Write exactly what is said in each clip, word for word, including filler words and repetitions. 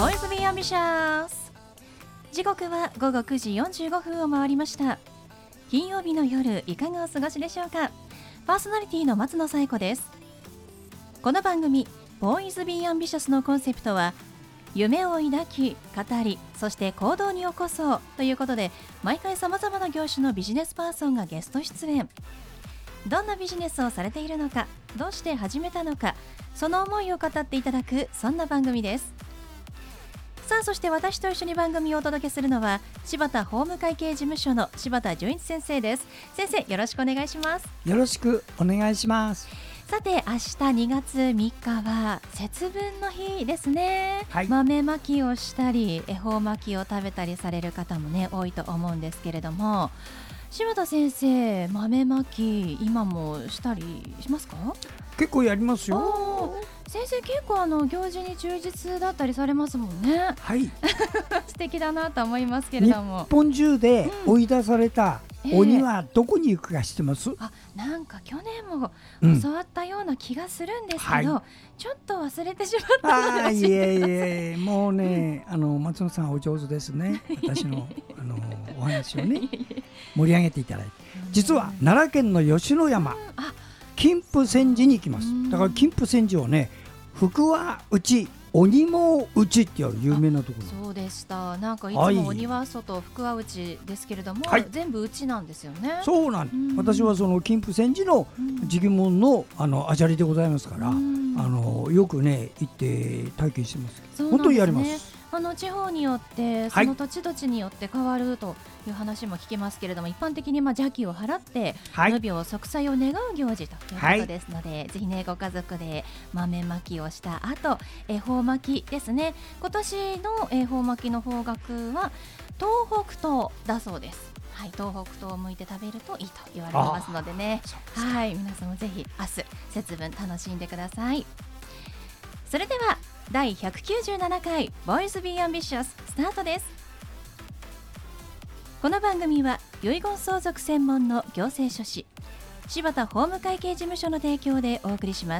ボーイズビーアンビシャス。時刻はごごくじよんじゅうごふんを回りました。金曜日の夜いかがお過ごしでしょうか。パーソナリティの松野紗友子です。この番組ボーイズビーアンビシャスのコンセプトは夢を抱き語りそして行動に起こそうということで、毎回さまざまな業種のビジネスパーソンがゲスト出演。どんなビジネスをされているのか、どうして始めたのか、その思いを語っていただく、そんな番組です。さあ、そして私と一緒に番組をお届けするのは柴田法務会計事務所の柴田純一先生です。先生、よろしくお願いします。 よろしくお願いします。 さて、明日にがつみっかは節分の日ですね、はい、豆まきをしたり恵方巻きを食べたりされる方もね多いと思うんですけれども、柴田先生、豆まき今もしたりしますか？ 結構やりますよ。 先生、結構あの行事に忠実だったりされますもんね。 はい素敵だなと思いますけれども、 日本中で追い出された鬼はどこに行くか知ってます？ えー、あ、なんか去年も教わったような気がするんですけど、うん、はい、ちょっと忘れてしまったので教えてください。 あ、いえいえ、もうね、あの松野さんお上手ですね。私のあのお話をね盛り上げていただいて、実は奈良県の吉野山、金峰山寺に行きます。だから金峰山寺をね、福は内、鬼も内っていう有名なところ。 そうでした。なんかいつも鬼は外、福は内ですけれども、はい、全部内なんですよね。 そうなんです。うん、私はその金峰山寺の直門のあのあじゃりでございますから、うん、あのよくね行って体験してます。 そうなんですね。 本当にやります。 あの地方によってその土地土地によって変わるという話も聞きますけれども、一般的にまあ邪気を払って無病息災を願う行事ということですので、はい、ぜひねご家族で豆まきをした後、恵方巻きですね。今年の恵方巻きの方角は東北東だそうです。はい、東北東を向いて食べるといいと言われてますのでね、はい、皆さんもぜひ明日節分楽しんでください。それではだいひゃくきゅうじゅうななかいボーイズビーアンビシャススタートです。この番組は遺言相続専門の行政書士柴田法務会計事務所の提供でお送りします。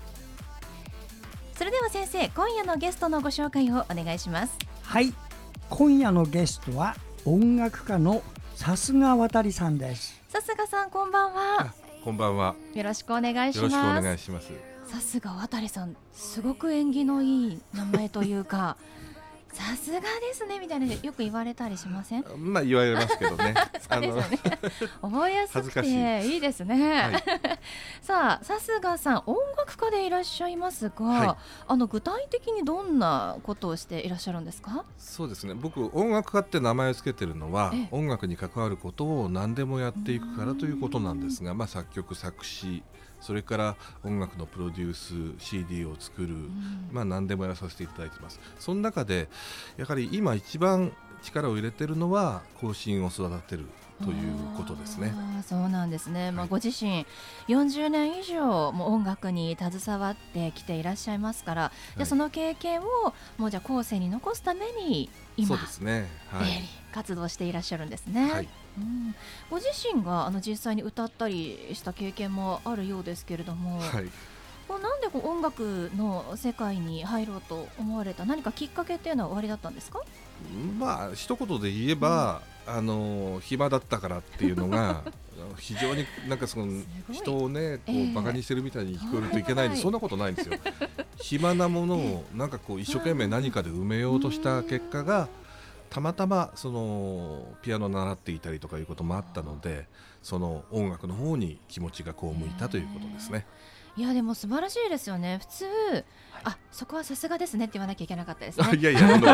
それでは先生、今夜のゲストのご紹介をお願いします。 はい、今夜のゲストは音楽家の笹賀渡さんです。 笹賀さん、こんばんは。 こんばんは。 よろしくお願いします。 よろしくお願いします。 笹賀渡さん、すごく縁起のいい名前というかさすがですねみたいなよく言われたりしません？ まあ言われますけどね。 そうですよね。覚えやすくていいですね。はい、さあ、笹賀さん、音楽家でいらっしゃいますが、はい、あの具体的にどんなことをしていらっしゃるんですか？ そうですね、僕音楽家って名前をつけてるのは音楽に関わることを何でもやっていくからということなんですが、まあ、作曲作詞、それから音楽のプロデュース シーディー を作る、まあ、何でもやらさせていただいています。その中でやはり今一番力を入れているのは後進を育てるということですね。 あ、そうなんですね。はい、まあ、ご自身よんじゅうねん以上も音楽に携わってきていらっしゃいますから、はい、じゃあその経験をもうじゃあ後世に残すために今そうですね、はい、 活動していらっしゃるんですね。はい、うん、ご自身があの実際に歌ったりした経験もあるようですけれども、はい、こうなんでこう音楽の世界に入ろうと思われた、何かきっかけっていうのはおありだったんですか？ まあ一言で言えば、うん、あの暇だったからっていうのが非常になんかその人をねこうバカにしてるみたいに聞こえるといけないんで、えー、そんなことないんですよ。暇なものをなんかこう一生懸命何かで埋めようとした結果が、たまたまそのピアノを習っていたりとかいうこともあったので、その音楽の方に気持ちがこう向いたということですね。 いやでも素晴らしいですよね。普通、はい、あ、そこはさすがですねって言わなきゃいけなかったですね。 いやいや、今度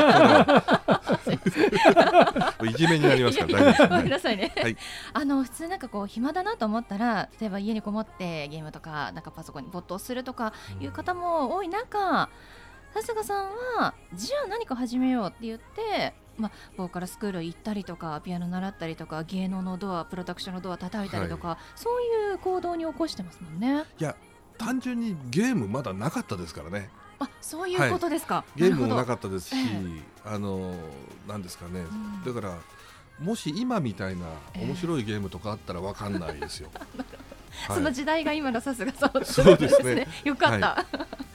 いじめになりますから大丈夫ですね。 ごめんなさいね。 はい、あの普通なんかこう暇だなと思ったら、例えば家にこもってゲームとかなんかパソコンに没頭するとかいう方も多い中、笹賀さんはじゃあ何か始めようって言って、まあ、ボーカルスクール行ったりとかピアノ習ったりとか芸能のドア、プロダクションのドア叩いたりとか、はい、そういう行動に起こしてますもんね。 いや単純にゲームまだなかったですからね。 あ、そういうことですか。はい、 ゲームもなかったですし、えー、あのなんですかね、うん、だからもし今みたいな面白いゲームとかあったら分かんないですよ。 えー、その時代が今のさすがそうですね。 そうですね。 よかった。 はい、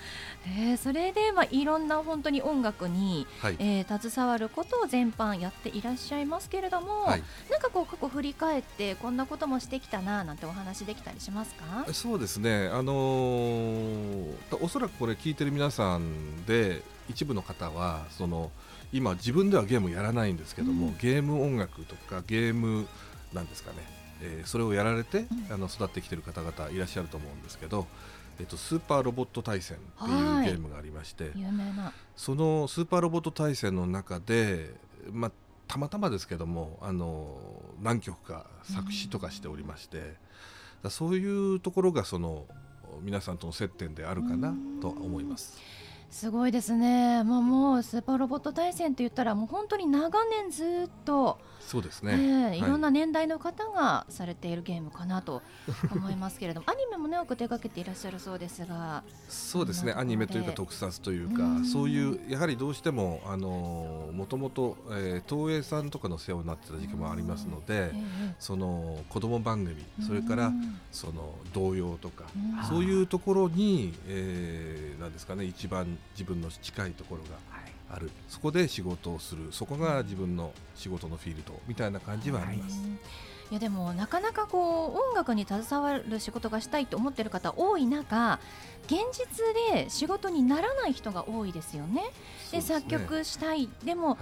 えー、それで、まあ、いろんな本当に音楽に、 はい、 えー、携わることを全般やっていらっしゃいますけれども、はい、なんかこう過去振り返ってこんなこともしてきたななんてお話できたりしますか？ そうですね、あのー、おそらくこれ聞いてる皆さんで一部の方はその今自分ではゲームやらないんですけども、うん、ゲーム音楽とかゲームなんですかね、えー、それをやられて、うん、あの育ってきてる方々いらっしゃると思うんですけど、えっと、スーパーロボット対戦っていうゲームがありまして、 有名なそのスーパーロボット対戦の中で、まあ、たまたまですけどもあの何曲か作詞とかしておりまして、うん、だそういうところがその皆さんとの接点であるかなと思います。 すごいですね。もう、もうスーパーロボット対戦といったらもう本当に長年ずっとそうですね、 えーはい、いろんな年代の方がされているゲームかなと思いますけれどもアニメもねよく手掛けていらっしゃるそうですが。 そうですね、アニメというか特撮というか、うそういうやはりどうしてもあのもともと、えー、東映さんとかの世話になってた時期もありますので、えー、その子供番組それからその童謡とかそういうところに、えー、なんですかね、一番自分の近いところがある、そこで仕事をする、そこが自分の仕事のフィールドみたいな感じはあります。 いやでもなかなかこう音楽に携わる仕事がしたいと思っている方多い中、現実で仕事にならない人が多いですよね。で、作曲したい、でも、はい、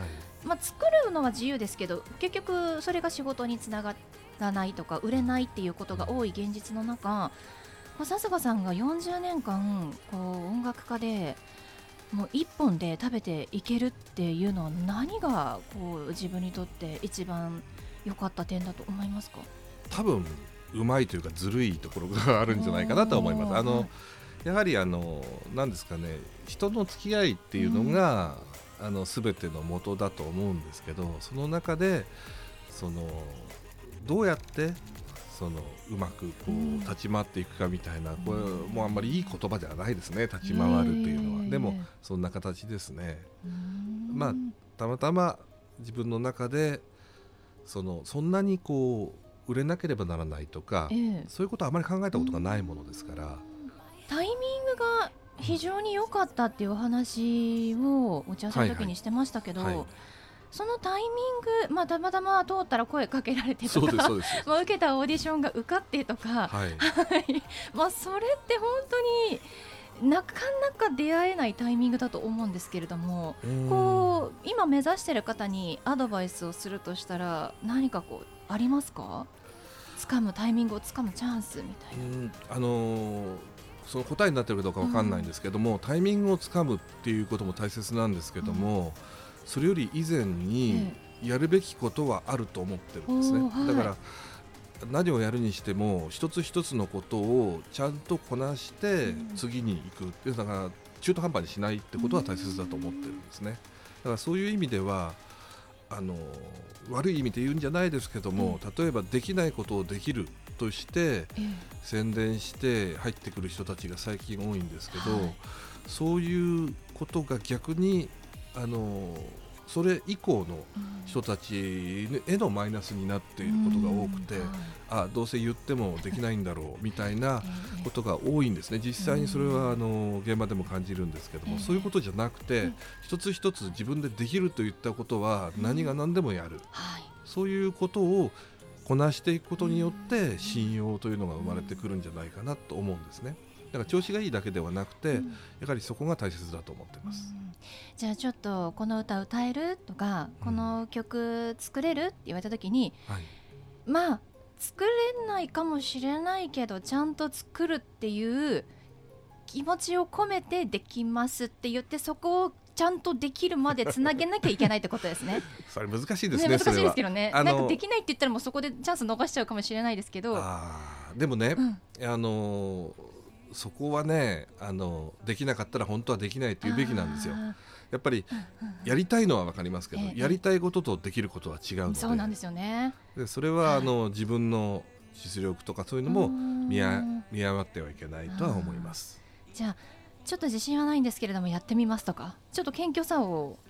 まあ、作るのは自由ですけど結局それが仕事につながらないとか売れないっていうことが多い現実の中、笹賀さんがよんじゅうねんかんこう音楽家でもう一本で食べていけるっていうのは何がこう自分にとって一番良かった点だと思いますか？ 多分うまいというかずるいところがあるんじゃないかなと思います。あのやはりあの何ですかね、人の付き合いっていうのが、うん、あの全ての元だと思うんですけど、その中でそのどうやってそのうまくこう立ち回っていくかみたいな、これもうあんまりいい言葉ではないですね、立ち回るというのは。でもそんな形ですね。まあたまたま自分の中でそのそんなにこう売れなければならないとか、そういうことはあまり考えたことがないものですから。 タイミングが非常に良かったっていうお話をお茶する時にしてましたけど、はいはい、そのタイミング、まあ、たまたま通ったら声かけられてとか、まあ、受けたオーディションが受かってとか、はいまあ、それって本当になかなか出会えないタイミングだと思うんですけれども、こう今目指している方にアドバイスをするとしたら何かこうありますか？掴むタイミングを掴むチャンスみたいな。うん、 あのーその答えになっているかどうか分かんないんですけども、うん、タイミングをつかむっていうことも大切なんですけども、うん、それより以前にやるべきことはあると思ってるんですね、はい、だから何をやるにしても一つ一つのことをちゃんとこなして次に行くっていう、だから中途半端にしないってことは大切だと思ってるんですね。だからそういう意味ではあの悪い意味で言うんじゃないですけども、例えばできないことをできるとして宣伝して入ってくる人たちが最近多いんですけど、はい、そういうことが逆にあのそれ以降の人たちへのマイナスになっていることが多くて、あどうせ言ってもできないんだろうみたいなことが多いんですね。実際にそれはあの現場でも感じるんですけども、そういうことじゃなくて一つ一つ自分でできるといったことは何が何でもやる、そういうことをこなしていくことによって信用というのが生まれてくるんじゃないかなと思うんですね。だから調子がいいだけではなくて、うん、やはりそこが大切だと思っています、うん、 じゃあちょっとこの歌歌えるとか、うん、この曲作れるって言われた時に、はい、まあ作れないかもしれないけどちゃんと作るっていう気持ちを込めてできますって言って、そこをちゃんとできるまでつなげなきゃいけないってことですね。 それ難しいですね。 ね、難しいですけどね。なんかできないって言ったらもうそこでチャンス逃しちゃうかもしれないですけど、 あでもね、うん、あのそこはね、あのできなかったら本当はできないと言うべきなんですよ。やっぱりやりたいのは分かりますけど、ええ、やりたいこととできることは違うので、 そうなんですよね。 でそれはあの自分の実力とかそういうのも見あ見誤ってはいけないとは思います。 じゃあちょっと自信はないんですけれどもやってみますとか、ちょっと謙虚さを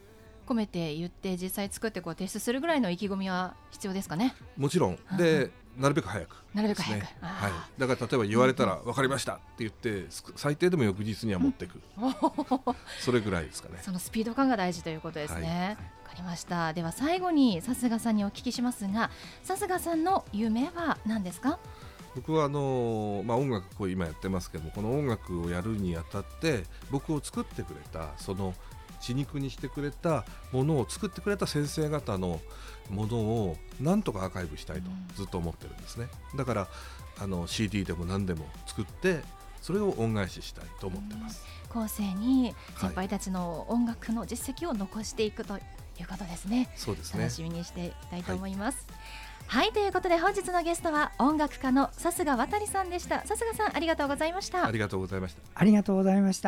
込めて言って実際作ってこう提出するぐらいの意気込みは必要ですかね。 もちろんで、なるべく早く、 なるべく早く、 ね、はい、だから例えば言われたら分かりましたって言って最低でも翌日には持っていく、うん、それぐらいですかね。 そのスピード感が大事ということですね。わ、はい、かりました。では最後にさすがさんにお聞きしますが、さすがさんの夢は何ですか？ 僕はあの、まあ、音楽こう今やってますけども、この音楽をやるにあたって僕を作ってくれた、その血肉にしてくれたものを作ってくれた先生方のものをなんとかアーカイブしたいとずっと思ってるんですね。だからあの シーディー でも何でも作ってそれを恩返ししたいと思ってます。 後世に先輩たちの音楽の実績を残していくということですね。 そうですね。 楽しみにしていきたいと思います。はい、はい、ということで本日のゲストは音楽家の笹賀渡さんでした。笹賀さん、ありがとうございました。 ありがとうございました。 ありがとうございました。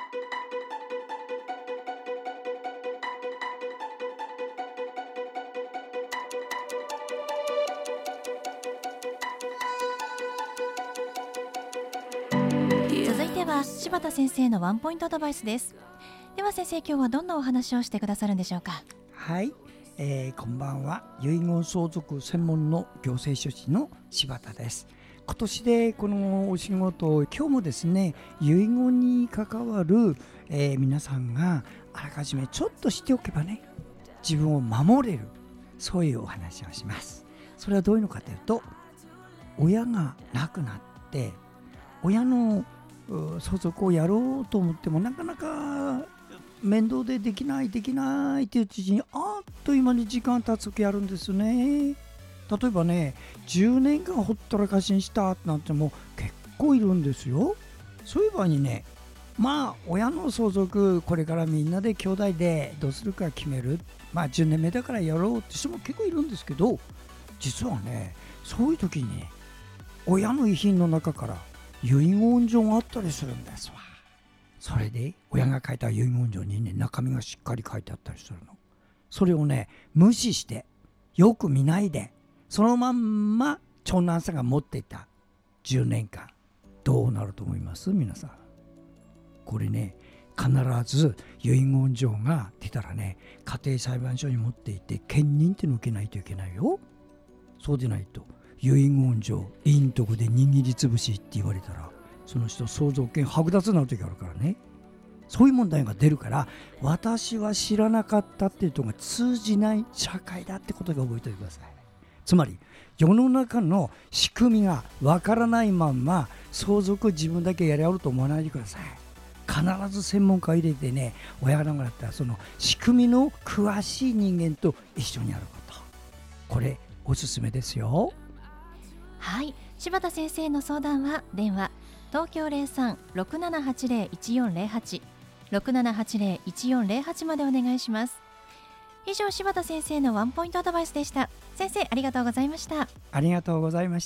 続いては柴田先生のワンポイントアドバイスです。では先生、今日はどんなお話をしてくださるんでしょうか？ はい、えー、こんばんは。遺言相続専門の行政書士の柴田です。今年でこのお仕事、今日もですね、遺言に関わる、えー、皆さんがあらかじめちょっと知っておけばね、自分を守れる、そういうお話をします。それはどういうのかというと、親が亡くなって親の相続をやろうと思ってもなかなか面倒でできないできないっていううちに、あっという間に時間経つ時あるんですね。例えばね、じゅうねんかんほったらかしにしたなんても結構いるんですよ。そういう場合にね、まあ親の相続これからみんなで兄弟でどうするか決める、まあじゅうねんめだからやろうって人も結構いるんですけど、実はね、そういう時にね、親の遺品の中から遺言状があったりするんですわ。それで親が書いた遺言状にね、中身がしっかり書いてあったりするの。それをね、無視してよく見ないでそのまんま長男さんが持っていたじゅうねんかん、どうなると思います皆さん？これね、必ず遺言状が出たらね、家庭裁判所に持っていって権認っていうのを受けないといけないよ。そうでないと遺言状いんとこで握りつぶしって言われたら、その人相続権剥奪になる時あるからね。そういう問題が出るから、私は知らなかったっていうのが通じない社会だってことが覚えておいてください。つまり世の中の仕組みがわからないまんま相続自分だけやり合うと思わないでください。必ず専門家を入れてね、親が亡くなったらその仕組みの詳しい人間と一緒にやること、これおすすめですよ。 はい、柴田先生の相談は電話東京 ゼロさん ろくななはちゼロ いちよんゼロはち ろくななはちゼロ いちよんゼロはちまでお願いします。以上、柴田先生のワンポイントアドバイスでした。先生、ありがとうございました。 ありがとうございました。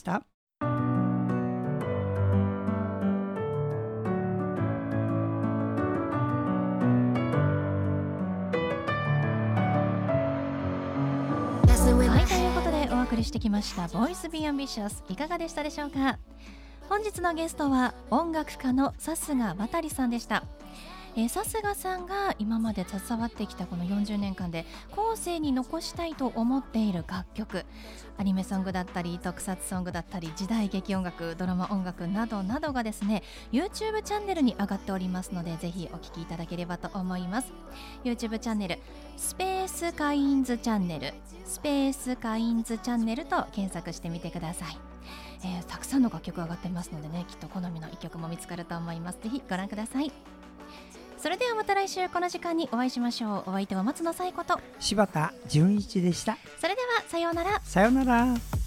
はい、ということでお送りしてきましたボイスビーアンビシャス、いかがでしたでしょうか？本日のゲストは音楽家の笹賀渡さんでした。えー、笹賀さんが今まで携わってきたこのよんじゅうねんかんで後世に残したいと思っている楽曲、アニメソングだったり特撮ソングだったり時代劇音楽、ドラマ音楽などなどがですね YouTube チャンネルに上がっておりますので、ぜひお聴きいただければと思います。 YouTube チャンネルスペースカインズチャンネルスペースカインズチャンネルと検索してみてください。えー、たくさんの楽曲上がってますのでね、きっと好みの一曲も見つかると思います。ぜひご覧ください。それではまた来週この時間にお会いしましょう。お相手は松野紗友子と柴田純一でした。 それではさようなら。 さようなら。